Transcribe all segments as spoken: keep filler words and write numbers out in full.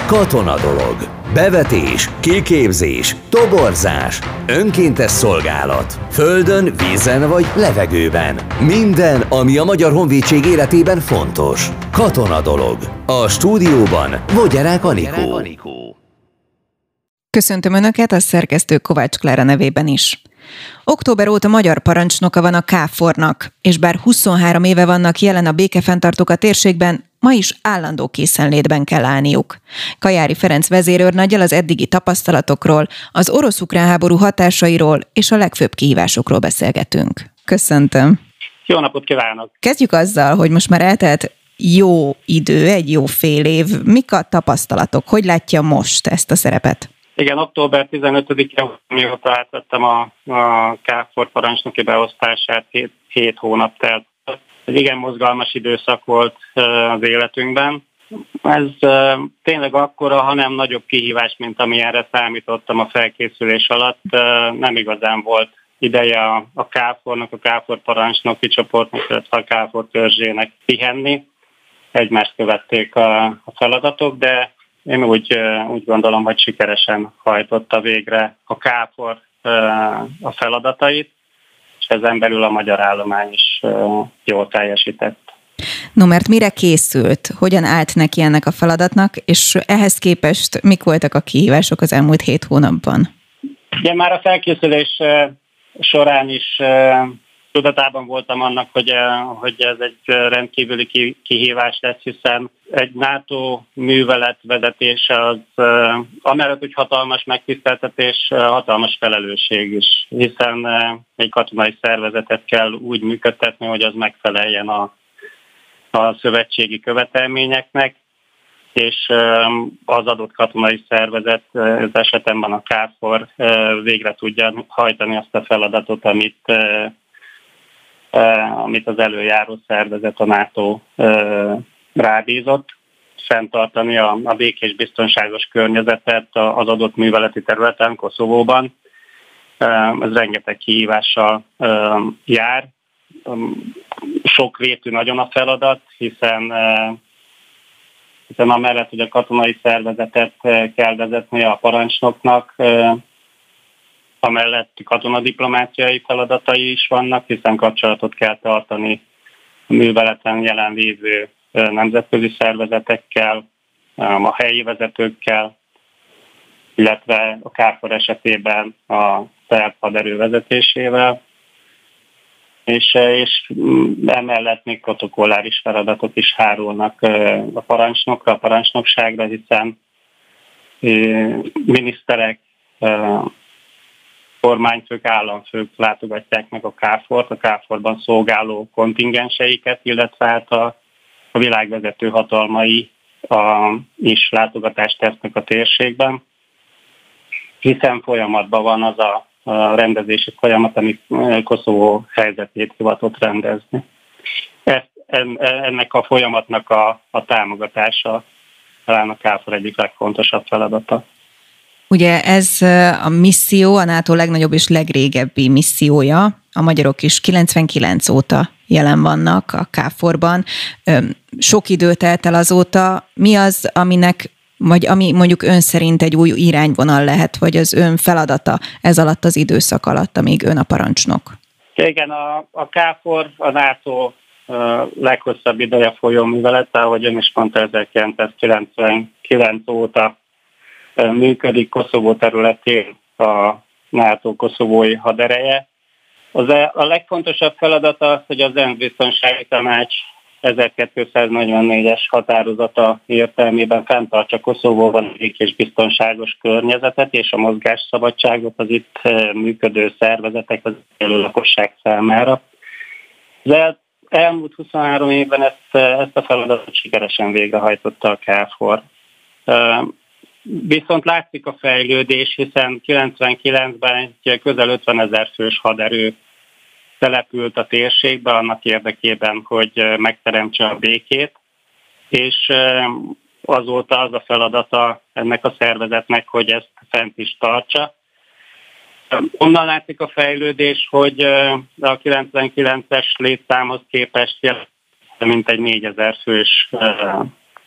Katonadolog. Bevetés, kiképzés, toborzás, önkéntes szolgálat. Földön, vízen vagy levegőben. Minden, ami a Magyar Honvédség életében fontos. Katonadolog. A stúdióban Vogyarák Anikó. Köszöntöm Önöket a szerkesztő Kovács Klára nevében is. Október óta magyar parancsnoka van a káfornak, és bár huszonhárom éve vannak jelen a békefenntartók a térségben, ma is állandó készenlétben kell állniuk. Kajári Ferenc vezérőrnaggyal az eddigi tapasztalatokról, az orosz-ukrán háború hatásairól és a legfőbb kihívásokról beszélgetünk. Köszöntöm! Jó napot kívánok! Kezdjük azzal, hogy most már eltelt jó idő, egy jó fél év. Mik a tapasztalatok? Hogy látja most ezt a szerepet? Igen, október tizenötödike, mióta átvettem a, a káfor parancsnoki beosztását, hét hónap telt. Egy igen mozgalmas időszak volt az életünkben. Ez tényleg akkora, hanem nagyobb kihívás, mint amilyenre számítottam a felkészülés alatt. Nem igazán volt ideje a, a káfornak, a káfor parancsnoki csoportnak, illetve a káfor törzsének pihenni. Egymást követték a, a feladatok, de én úgy, úgy gondolom, hogy sikeresen hajtotta végre a káfor a feladatait, és ezen belül a magyar állomány is jól teljesített. No, mert mire készült? Hogyan állt neki ennek a feladatnak, és ehhez képest mik voltak a kihívások az elmúlt hét hónapban? Igen, már a felkészülés során is tudatában voltam annak, hogy, hogy ez egy rendkívüli kihívás lesz, hiszen egy NATO művelet vezetése az amellett, hogy hatalmas megtiszteltetés, hatalmas felelősség is, hiszen egy katonai szervezetet kell úgy működtetni, hogy az megfeleljen a, a szövetségi követelményeknek, és az adott katonai szervezet, az esetemben a káfor végre tudja hajtani azt a feladatot, amit amit az előjáró szervezet, a NATO rábízott, fenntartani a, a békés biztonságos környezetet az adott műveleti területen, Koszovóban. Ez rengeteg kihívással jár. Sokrétű nagyon a feladat, hiszen, hiszen amellett, hogy a katonai szervezetet kell vezetnie a parancsnoknak, amellett katonadiplomáciai feladatai is vannak, hiszen kapcsolatot kell tartani a műveleten jelenlévő nemzetközi szervezetekkel, a helyi vezetőkkel, illetve a káfor esetében a szerb haderő vezetésével, és, és emellett még protokolláris feladatok is hárulnak a parancsnokra, a parancsnokságra, hiszen miniszterek, kormányfők, államfők látogatják meg a káfort, a káforban szolgáló kontingenseiket, illetve hát a, a világvezető hatalmai a, is látogatást tesznek a térségben, hiszen folyamatban van az a, a rendezési folyamat, ami Koszovó helyzetét hivatott rendezni. Ezt, ennek a folyamatnak a, a támogatása talán a káfor egyik legfontosabb feladata. Ugye ez a misszió, a NATO legnagyobb és legrégebbi missziója, a magyarok is kilencvenkilenc óta jelen vannak a káforban. Sok idő telt el azóta. Mi az, aminek, vagy ami mondjuk ön szerint egy új irányvonal lehet, vagy az ön feladata ez alatt az időszak alatt, amíg ön a parancsnok? Igen, a, a káfor a NATO leghosszabb ideje folyó művelete, ahogy ön is mondta, ezerkilencszázkilencvenkilenc óta működik Koszovó területén a NATO koszovói hadereje. Az a legfontosabb feladata az, hogy az ENSZ Biztonsági Tanács ezerkétszáznegyvennégyes határozata értelmében fenntartsa Koszovóban a békés biztonságos környezetet és a mozgásszabadságot az itt működő szervezetek, az élő lakosság számára. Az el, elmúlt huszonhárom évben ezt, ezt a feladatot sikeresen végrehajtotta a káfor. Viszont látszik a fejlődés, hiszen kilencvenkilencben egy közel ötvenezer fős haderő települt a térségbe annak érdekében, hogy megteremtse a békét, és azóta az a feladata ennek a szervezetnek, hogy ezt fent is tartsa. Onnan látszik a fejlődés, hogy a kilencvenkilences létszámhoz képest mint egy négyezer fős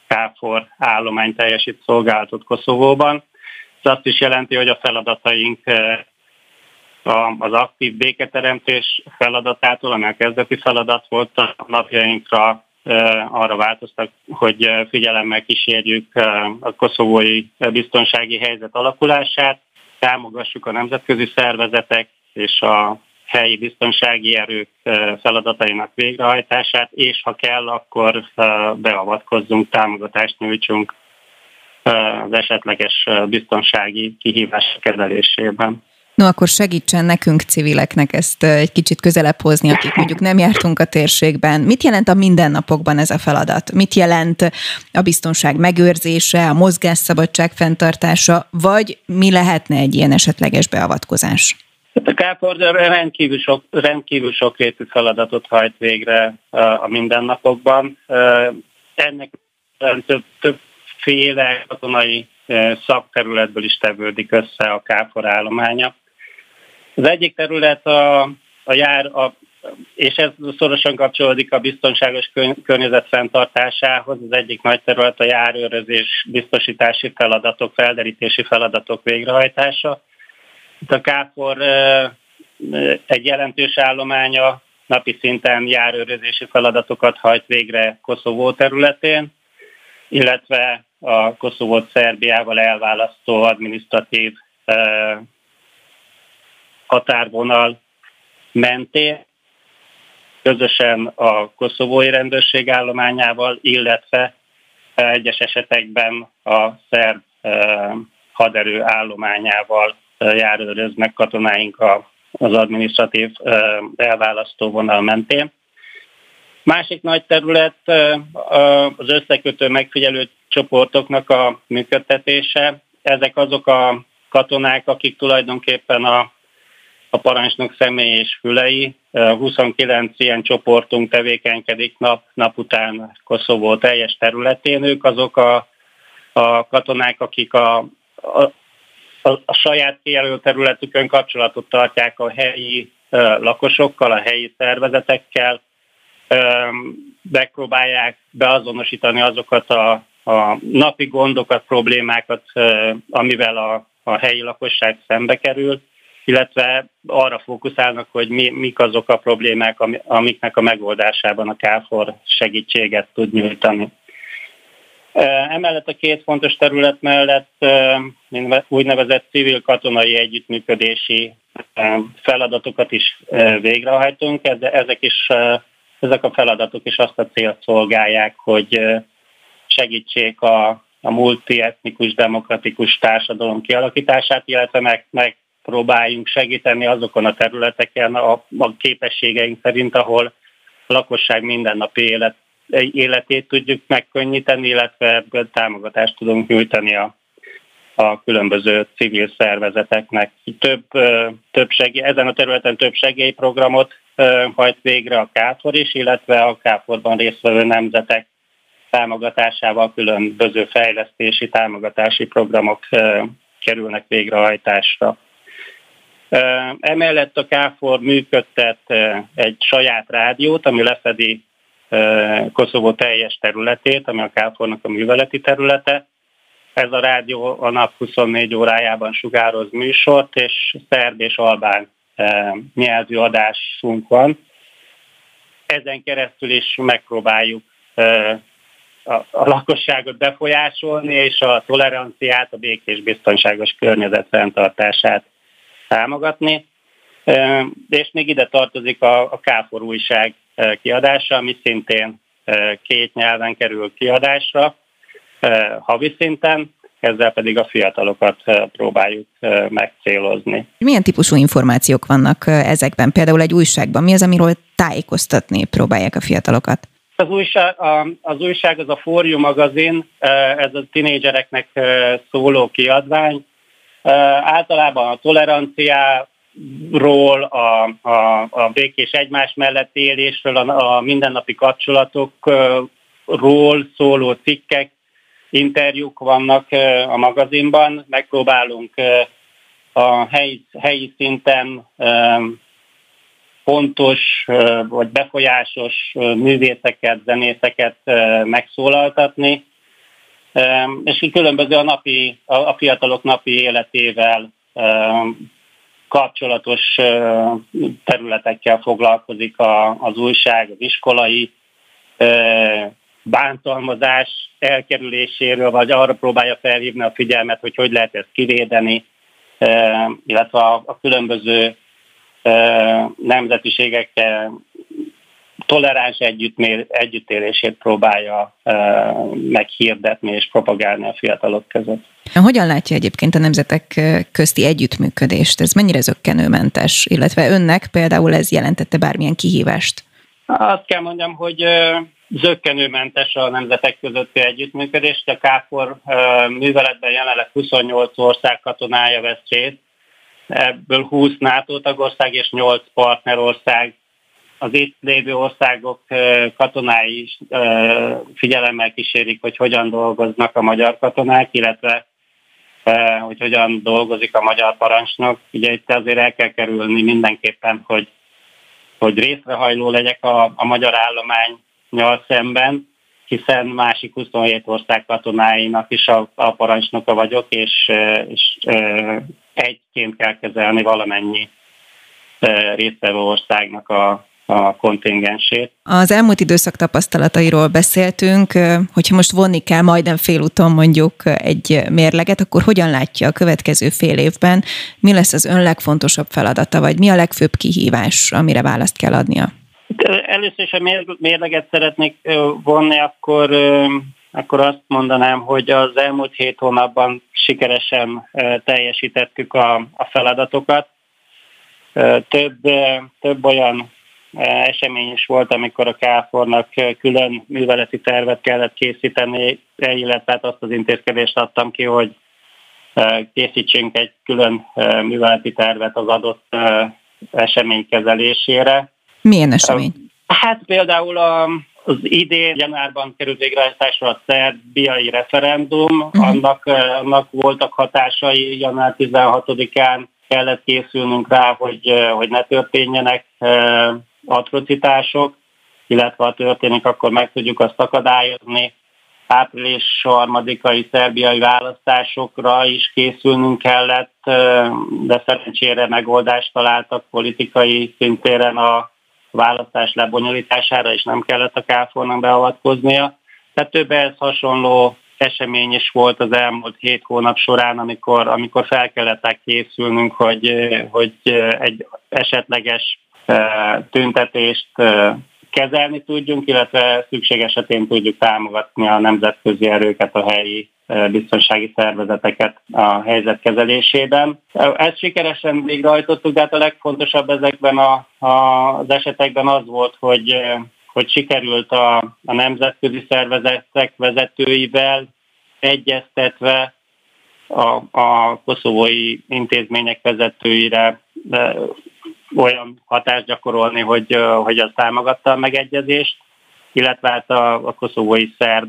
KFOR állomány teljesít szolgálatot Koszovóban. Ez azt is jelenti, hogy a feladataink az aktív béketeremtés feladatától, ami a kezdeti feladat volt, a napjainkra arra változtak, hogy figyelemmel kísérjük a koszovói biztonsági helyzet alakulását, támogassuk a nemzetközi szervezetek és a helyi biztonsági erők feladatainak végrehajtását, és ha kell, akkor beavatkozzunk, támogatást nyújtsunk az esetleges biztonsági kihívások kezelésében. No, akkor segítsen nekünk civileknek ezt egy kicsit közelebb hozni, akik mondjuk nem jártunk a térségben. Mit jelent a mindennapokban ez a feladat? Mit jelent a biztonság megőrzése, a mozgásszabadság fenntartása, vagy mi lehetne egy ilyen esetleges beavatkozás? A KFOR rendkívül, sok, rendkívül sokrétű feladatot hajt végre a mindennapokban. Ennek több, többféle katonai szakterületből is tevődik össze a KFOR állománya. Az egyik terület a, a jár, a, és ez szorosan kapcsolódik a biztonságos környezet fenntartásához, az egyik nagy terület a járőrözés, biztosítási feladatok, felderítési feladatok végrehajtása. Itt a KFOR egy jelentős állománya napi szinten járőrözési feladatokat hajt végre Koszovó területén, illetve a Koszovót Szerbiával elválasztó adminisztratív eh, határvonal mentén, közösen a koszovói rendőrség állományával, illetve egyes esetekben a szerb eh, haderő állományával eh, járőröznek katonáink a, az adminisztratív eh, elválasztó vonal mentén. Másik nagy terület az összekötő megfigyelő csoportoknak a működtetése. Ezek azok a katonák, akik tulajdonképpen a, a parancsnok személy és fülei. huszonkilenc ilyen csoportunk tevékenykedik nap, nap után Koszovó teljes területén. Ők azok a, a katonák, akik a, a, a, a saját kijelölt területükön kapcsolatot tartják a helyi lakosokkal, a helyi szervezetekkel, megpróbálják beazonosítani azokat a, a napi gondokat, problémákat, amivel a, a helyi lakosság szembe kerül, illetve arra fókuszálnak, hogy mi, mik azok a problémák, amiknek a megoldásában a KFOR segítséget tud nyújtani. Emellett a két fontos terület mellett úgynevezett civil-katonai együttműködési feladatokat is végrehajtunk. Ezek is Ezek a feladatok is azt a célt szolgálják, hogy segítsék a, a multietnikus, demokratikus társadalom kialakítását, illetve meg, megpróbáljunk segíteni azokon a területeken a, a képességeink szerint, ahol a lakosság mindennapi élet, életét tudjuk megkönnyíteni, illetve támogatást tudunk nyújtani a, a különböző civil szervezeteknek. Több, több segély, ezen a területen több segélyprogramot hajt végre a KFOR is, illetve a KFOR-ban résztvevő nemzetek támogatásával különböző fejlesztési, támogatási programok kerülnek végrehajtásra. Emellett a KFOR működtet egy saját rádiót, ami lefedi Koszovó teljes területét, ami a KFOR-nak a műveleti területe. Ez a rádió a nap huszonnégy órájában sugároz műsort, és szerb és albán nyelvű adásunk van. Ezen keresztül is megpróbáljuk a lakosságot befolyásolni, és a toleranciát, a békés biztonságos környezet fenntartását támogatni. És még ide tartozik a KFOR újság kiadása, ami szintén két nyelven kerül kiadásra, havi szinten, ezzel pedig a fiatalokat próbáljuk megcélozni. Milyen típusú információk vannak ezekben? Például egy újságban mi az, amiről tájékoztatni próbálják a fiatalokat? Az újság, az újság az a Fórium magazin, ez a tinédzsereknek szóló kiadvány. Általában a toleranciáról, a, a, a békés egymás mellett élésről, a, a mindennapi kapcsolatokról szóló cikkek, interjúk vannak a magazinban. Megpróbálunk a helyi, helyi szinten fontos vagy befolyásos művészeket, zenészeket megszólaltatni, és különböző a, napi, a fiatalok napi életével kapcsolatos területekkel foglalkozik az újság, az iskolai bántalmazás elkerüléséről, vagy arra próbálja felhívni a figyelmet, hogy hogy lehet ezt kivédeni, illetve a, a különböző nemzetiségekkel toleráns együttélését próbálja meghirdetni és propagálni a fiatalok között. Hogyan látja egyébként a nemzetek közti együttműködést? Ez mennyire zökkenőmentes? Illetve önnek például ez jelentette bármilyen kihívást? Azt kell mondjam, hogy zökkenőmentes a nemzetek közötti együttműködés. A KFOR műveletben jelenleg huszonnyolc ország katonája vesz részt, ebből húsz NATO tagország és nyolc partnerország. Az itt lévő országok katonái is figyelemmel kísérik, hogy hogyan dolgoznak a magyar katonák, illetve hogy hogyan dolgozik a magyar parancsnok. Ugye itt azért el kell kerülni mindenképpen, hogy, hogy részrehajló legyek a, a magyar állománnyal szemben, hiszen másik huszonhét ország katonáinak is a, a parancsnoka vagyok, és, és egyként kell kezelni valamennyi résztvevő országnak a a kontingensét. Az elmúlt időszak tapasztalatairól beszéltünk, hogyha most vonni kell majdnem félúton mondjuk egy mérleget, akkor hogyan látja a következő fél évben, mi lesz az ön legfontosabb feladata, vagy mi a legfőbb kihívás, amire választ kell adnia? Először is, ha mérleget szeretnék vonni, akkor, akkor azt mondanám, hogy az elmúlt hét hónapban sikeresen teljesítettük a, a feladatokat. Több, több olyan esemény is volt, amikor a KFOR-nak külön műveleti tervet kellett készíteni, illetve azt az intézkedést adtam ki, hogy készítsünk egy külön műveleti tervet az adott esemény kezelésére. Milyen esemény? Hát például az idén januárban került végrehajtásra a szerbiai referendum, uh-huh. annak, annak voltak hatásai, január tizenhatodikán kellett készülnünk rá, hogy, hogy ne történjenek atrocitások, illetve ha történik, akkor meg tudjuk azt akadályozni. Április harmadikai szerbiai választásokra is készülnünk kellett, de szerencsére megoldást találtak politikai szintéren a választás lebonyolítására, és nem kellett a KFOR-nak beavatkoznia. Tehát több ehhez hasonló esemény is volt az elmúlt hét hónap során, amikor, amikor fel kellett készülnünk, hogy, hogy egy esetleges tüntetést kezelni tudjunk, illetve szükség esetén tudjuk támogatni a nemzetközi erőket, a helyi biztonsági szervezeteket a helyzet kezelésében. Ezt sikeresen végrehajtottuk, de hát a legfontosabb ezekben a, a, az esetekben az volt, hogy, hogy sikerült a, a nemzetközi szervezetek vezetőivel egyeztetve a, a koszovói intézmények vezetőire olyan hatást gyakorolni, hogy, hogy az támogatta a megegyezést, illetve hát a, a koszovói szerb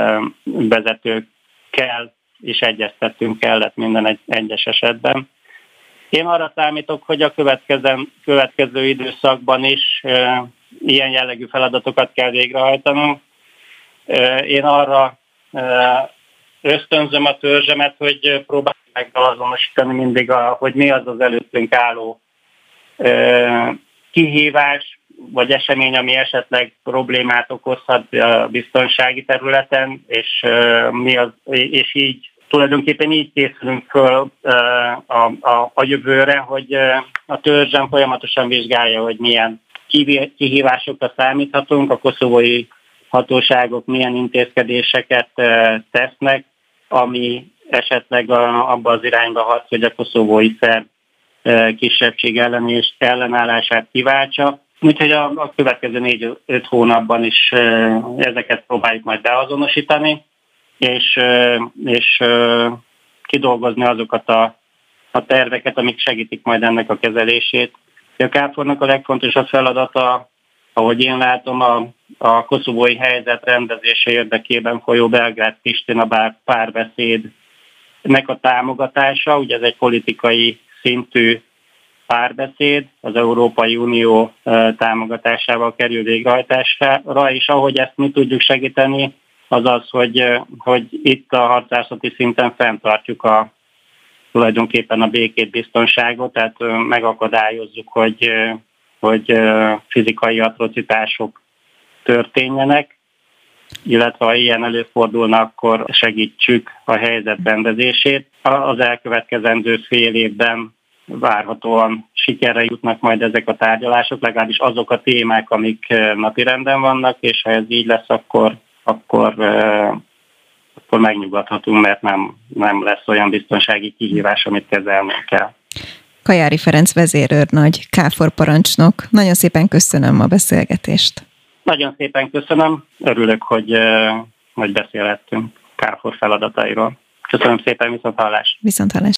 vezetőkkel is egyeztettünk kellett minden egy, egyes esetben. Én arra számítok, hogy a következő, következő időszakban is e, ilyen jellegű feladatokat kell végrehajtanunk. E, én arra e, ösztönzöm a törzsemet, hogy próbáljuk meg azonosítani mindig, a, hogy mi az az előttünk álló kihívás, vagy esemény, ami esetleg problémát okozhat a biztonsági területen, és, mi az, és így tulajdonképpen így készülünk föl a, a, a jövőre, hogy a törzsem folyamatosan vizsgálja, hogy milyen kihívásokra számíthatunk, a koszovói hatóságok milyen intézkedéseket tesznek, ami esetleg abba az irányba hat, hogy a koszovói szerb kisebbség ellen és ellenállását kiváltsa. Úgyhogy a, a következő négy-öt hónapban is ezeket próbáljuk majd beazonosítani, és, és kidolgozni azokat a, a terveket, amik segítik majd ennek a kezelését. A KFOR-nak a legfontosabb feladata, ahogy én látom, a, a koszovói helyzet rendezése érdekében folyó Belgrád-Pristina párbeszédnek a támogatása. Ugye ez egy politikai szintű párbeszéd, az Európai Unió támogatásával kerül végrehajtásra, és ahogy ezt mi tudjuk segíteni, az az, hogy, hogy itt a harcászati szinten fenntartjuk a, tulajdonképpen a békét, biztonságot, tehát megakadályozzuk, hogy, hogy fizikai atrocitások történjenek, illetve ha ilyen előfordulna, akkor segítsük a helyzet rendezését. Az elkövetkezendő fél évben várhatóan sikerre jutnak majd ezek a tárgyalások, legalábbis azok a témák, amik napirenden vannak, és ha ez így lesz, akkor, akkor, akkor megnyugodhatunk, mert nem, nem lesz olyan biztonsági kihívás, amit kezelnünk kell. Kajári Ferenc vezérőrnagy, KFOR parancsnok. Nagyon szépen köszönöm a beszélgetést. Nagyon szépen köszönöm, örülök, hogy, hogy beszélhettünk KFOR feladatairól. Köszönöm szépen, viszonthallás. Viszonthallás.